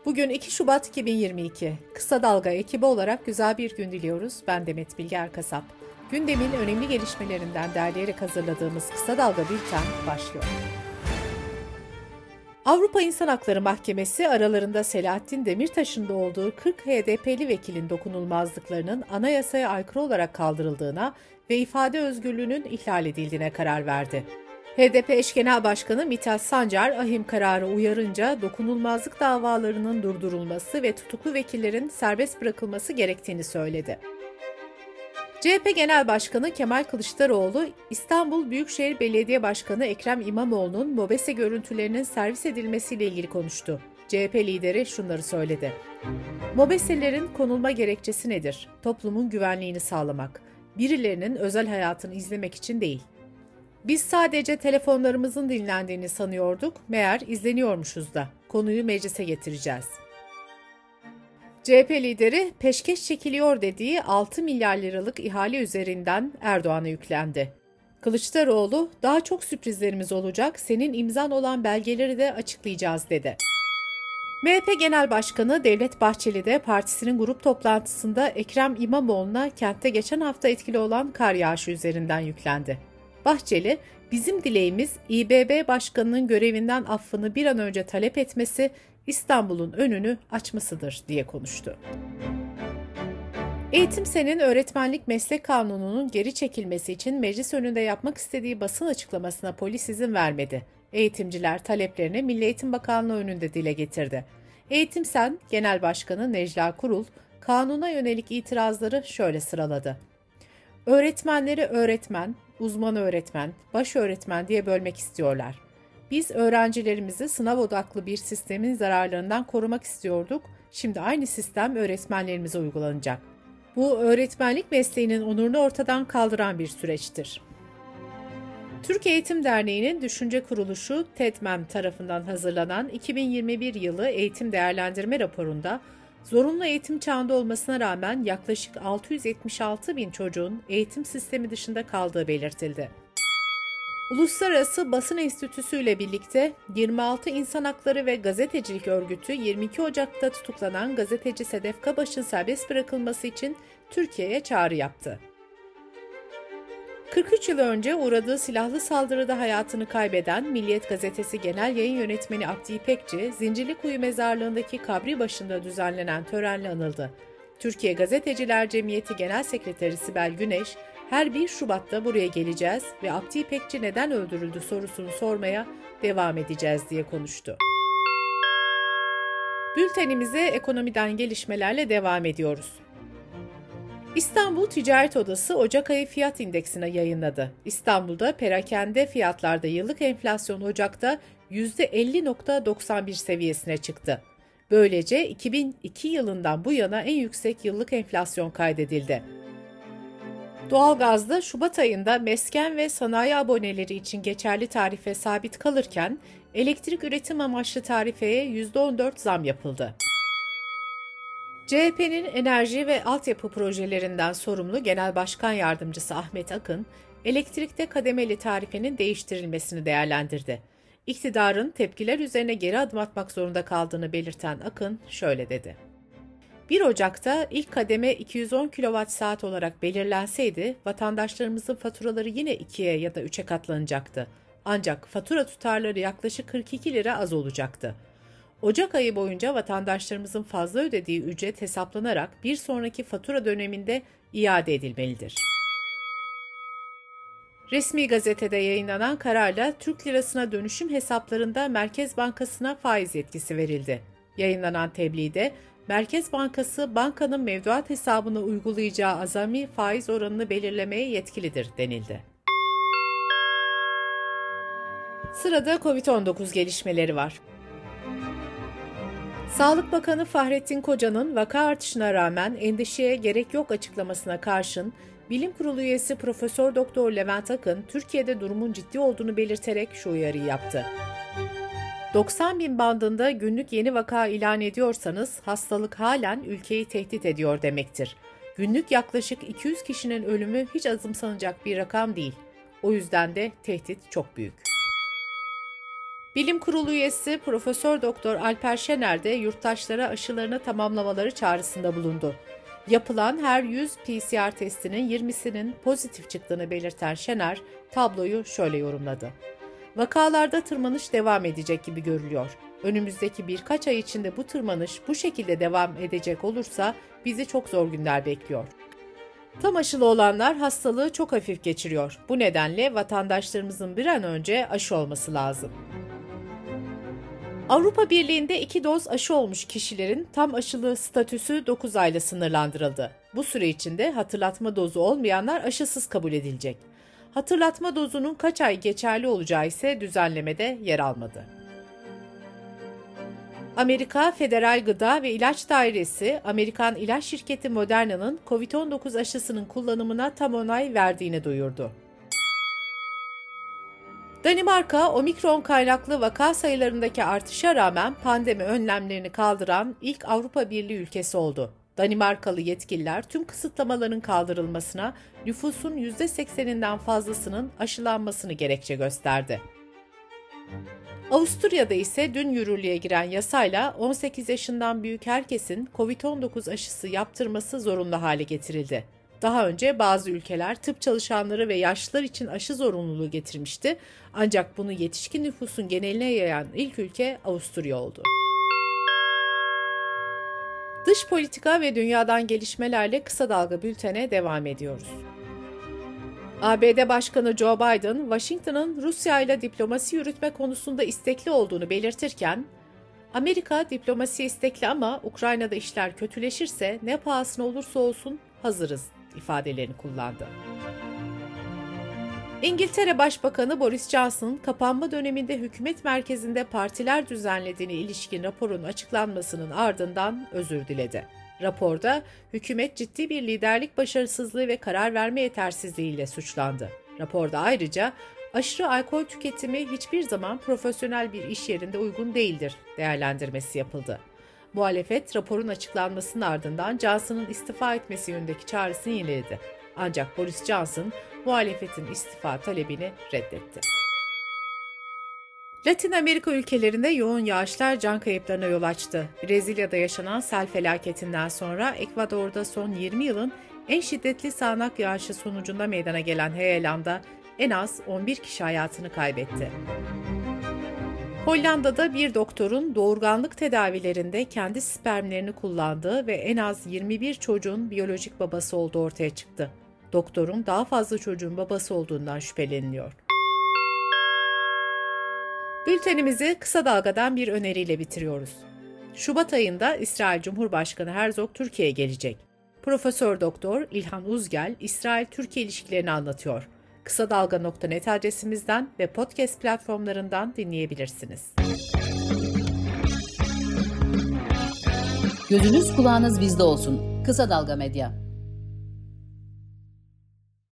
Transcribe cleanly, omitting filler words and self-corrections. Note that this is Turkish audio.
Bugün 2 Şubat 2022. Kısa Dalga ekibi olarak güzel bir gün diliyoruz. Ben Demet Bilge Erkasap. Gündemin önemli gelişmelerinden derleyerek hazırladığımız Kısa Dalga Bülten başlıyor. Avrupa İnsan Hakları Mahkemesi aralarında Selahattin Demirtaş'ın da olduğu 40 HDP'li vekilin dokunulmazlıklarının anayasaya aykırı olarak kaldırıldığına ve ifade özgürlüğünün ihlal edildiğine karar verdi. HDP eş genel başkanı Mithat Sancar, ahim kararı uyarınca dokunulmazlık davalarının durdurulması ve tutuklu vekillerin serbest bırakılması gerektiğini söyledi. CHP Genel Başkanı Kemal Kılıçdaroğlu, İstanbul Büyükşehir Belediye Başkanı Ekrem İmamoğlu'nun MOBESE görüntülerinin servis edilmesiyle ilgili konuştu. CHP lideri şunları söyledi. MOBESE'lerin konulma gerekçesi nedir? Toplumun güvenliğini sağlamak. Birilerinin özel hayatını izlemek için değil. Biz sadece telefonlarımızın dinlendiğini sanıyorduk, meğer izleniyormuşuz da. Konuyu meclise getireceğiz. CHP lideri peşkeş çekiliyor dediği 6 milyar liralık ihale üzerinden Erdoğan'a yüklendi. Kılıçdaroğlu, daha çok sürprizlerimiz olacak, senin imzan olan belgeleri de açıklayacağız dedi. MHP Genel Başkanı Devlet Bahçeli de partisinin grup toplantısında Ekrem İmamoğlu'na kentte geçen hafta etkili olan kar yağışı üzerinden yüklendi. Bahçeli, bizim dileğimiz İBB Başkanı'nın görevinden affını bir an önce talep etmesi, İstanbul'un önünü açmasıdır diye konuştu. Eğitim-Sen'in öğretmenlik meslek kanununun geri çekilmesi için meclis önünde yapmak istediği basın açıklamasına polis izin vermedi. Eğitimciler taleplerini Milli Eğitim Bakanlığı önünde dile getirdi. Eğitim-Sen Genel Başkanı Necla Kurul, kanuna yönelik itirazları şöyle sıraladı. Öğretmenleri öğretmen, uzman öğretmen, baş öğretmen diye bölmek istiyorlar. Biz öğrencilerimizi sınav odaklı bir sistemin zararlarından korumak istiyorduk. Şimdi aynı sistem öğretmenlerimize uygulanacak. Bu öğretmenlik mesleğinin onurunu ortadan kaldıran bir süreçtir. Türkiye Eğitim Derneği'nin düşünce kuruluşu TEDMEM tarafından hazırlanan 2021 yılı eğitim değerlendirme raporunda zorunlu eğitim çağında olmasına rağmen yaklaşık 676 bin çocuğun eğitim sistemi dışında kaldığı belirtildi. Uluslararası Basın Enstitüsü ile birlikte 26 İnsan Hakları ve Gazetecilik Örgütü 22 Ocak'ta tutuklanan gazeteci Sedef Kabaş'ın serbest bırakılması için Türkiye'ye çağrı yaptı. 43 yıl önce uğradığı silahlı saldırıda hayatını kaybeden Milliyet Gazetesi Genel Yayın Yönetmeni Abdi İpekçi, Zincirlikuyu Mezarlığı'ndaki kabri başında düzenlenen törenle anıldı. Türkiye Gazeteciler Cemiyeti Genel Sekreteri Sibel Güneş, her 1 Şubat'ta buraya geleceğiz ve Abdi İpekçi neden öldürüldü sorusunu sormaya devam edeceğiz diye konuştu. Bültenimize ekonomiden gelişmelerle devam ediyoruz. İstanbul Ticaret Odası Ocak ayı fiyat indeksini yayınladı. İstanbul'da perakende fiyatlarda yıllık enflasyon Ocak'ta %50.91 seviyesine çıktı. Böylece 2002 yılından bu yana en yüksek yıllık enflasyon kaydedildi. Doğalgazda Şubat ayında mesken ve sanayi aboneleri için geçerli tarife sabit kalırken elektrik üretim amaçlı tarifeye %14 zam yapıldı. CHP'nin enerji ve altyapı projelerinden sorumlu Genel Başkan Yardımcısı Ahmet Akın, elektrikte kademeli tarifenin değiştirilmesini değerlendirdi. İktidarın tepkiler üzerine geri adım atmak zorunda kaldığını belirten Akın şöyle dedi. 1 Ocak'ta ilk kademe 210 kWh olarak belirlenseydi, vatandaşlarımızın faturaları yine 2'ye ya da 3'e katlanacaktı. Ancak fatura tutarları yaklaşık 42 lira az olacaktı. Ocak ayı boyunca vatandaşlarımızın fazla ödediği ücret hesaplanarak bir sonraki fatura döneminde iade edilmelidir. Resmi gazetede yayınlanan kararla Türk lirasına dönüşüm hesaplarında Merkez Bankası'na faiz yetkisi verildi. Yayınlanan tebliğde Merkez Bankası bankanın mevduat hesabına uygulayacağı azami faiz oranını belirlemeye yetkilidir denildi. Sırada COVID-19 gelişmeleri var. Sağlık Bakanı Fahrettin Koca'nın vaka artışına rağmen endişeye gerek yok açıklamasına karşın Bilim Kurulu üyesi Profesör Doktor Levent Akın Türkiye'de durumun ciddi olduğunu belirterek şu uyarıyı yaptı. 90 bin bandında günlük yeni vaka ilan ediyorsanız hastalık halen ülkeyi tehdit ediyor demektir. Günlük yaklaşık 200 kişinin ölümü hiç azımsanacak bir rakam değil. O yüzden de tehdit çok büyük. Bilim Kurulu üyesi Profesör Doktor Alper Şener de yurttaşlara aşılarını tamamlamaları çağrısında bulundu. Yapılan her 100 PCR testinin 20'sinin pozitif çıktığını belirten Şener, tabloyu şöyle yorumladı. Vakalarda tırmanış devam edecek gibi görülüyor. Önümüzdeki birkaç ay içinde bu tırmanış bu şekilde devam edecek olursa bizi çok zor günler bekliyor. Tam aşılı olanlar hastalığı çok hafif geçiriyor. Bu nedenle vatandaşlarımızın bir an önce aşı olması lazım. Avrupa Birliği'nde 2 doz aşı olmuş kişilerin tam aşılı statüsü 9 ayla sınırlandırıldı. Bu süre içinde hatırlatma dozu olmayanlar aşısız kabul edilecek. Hatırlatma dozunun kaç ay geçerli olacağı ise düzenlemede yer almadı. Amerika Federal Gıda ve İlaç Dairesi, Amerikan ilaç şirketi Moderna'nın COVID-19 aşısının kullanımına tam onay verdiğini duyurdu. Danimarka, omikron kaynaklı vaka sayılarındaki artışa rağmen pandemi önlemlerini kaldıran ilk Avrupa Birliği ülkesi oldu. Danimarkalı yetkililer tüm kısıtlamaların kaldırılmasına, nüfusun %80'inden fazlasının aşılanmasını gerekçe gösterdi. Avusturya'da ise dün yürürlüğe giren yasayla 18 yaşından büyük herkesin COVID-19 aşısı yaptırması zorunlu hale getirildi. Daha önce bazı ülkeler tıp çalışanları ve yaşlılar için aşı zorunluluğu getirmişti, ancak bunu yetişkin nüfusun geneline yayan ilk ülke Avusturya oldu. Dış politika ve dünyadan gelişmelerle kısa dalga bültene devam ediyoruz. ABD Başkanı Joe Biden, Washington'ın Rusya ile diplomasi yürütme konusunda istekli olduğunu belirtirken, Amerika diplomasiye istekli ama Ukrayna'da işler kötüleşirse ne pahasına olursa olsun hazırız ifadelerini kullandı. İngiltere Başbakanı Boris Johnson, kapanma döneminde hükümet merkezinde partiler düzenlediğine ilişkin raporun açıklanmasının ardından özür diledi. Raporda hükümet ciddi bir liderlik başarısızlığı ve karar verme yetersizliğiyle suçlandı. Raporda ayrıca aşırı alkol tüketimi hiçbir zaman profesyonel bir iş yerinde uygun değildir değerlendirmesi yapıldı. Muhalefet raporun açıklanmasının ardından Johnson'ın istifa etmesi yönündeki çağrısını yineledi. Ancak Boris Johnson muhalefetin istifa talebini reddetti. Latin Amerika ülkelerinde yoğun yağışlar can kayıplarına yol açtı. Brezilya'da yaşanan sel felaketinden sonra Ekvador'da son 20 yılın en şiddetli sağanak yağışı sonucunda meydana gelen heyelanda en az 11 kişi hayatını kaybetti. Hollanda'da bir doktorun doğurganlık tedavilerinde kendi spermlerini kullandığı ve en az 21 çocuğun biyolojik babası olduğu ortaya çıktı. Doktorun daha fazla çocuğun babası olduğundan şüpheleniliyor. Bültenimizi kısa dalgadan bir öneriyle bitiriyoruz. Şubat ayında İsrail Cumhurbaşkanı Herzog Türkiye'ye gelecek. Profesör Doktor İlhan Uzgel, İsrail-Türkiye ilişkilerini anlatıyor. Kısa Dalga.net adresimizden ve podcast platformlarından dinleyebilirsiniz. Gözünüz kulağınız bizde olsun. Kısa Dalga Medya.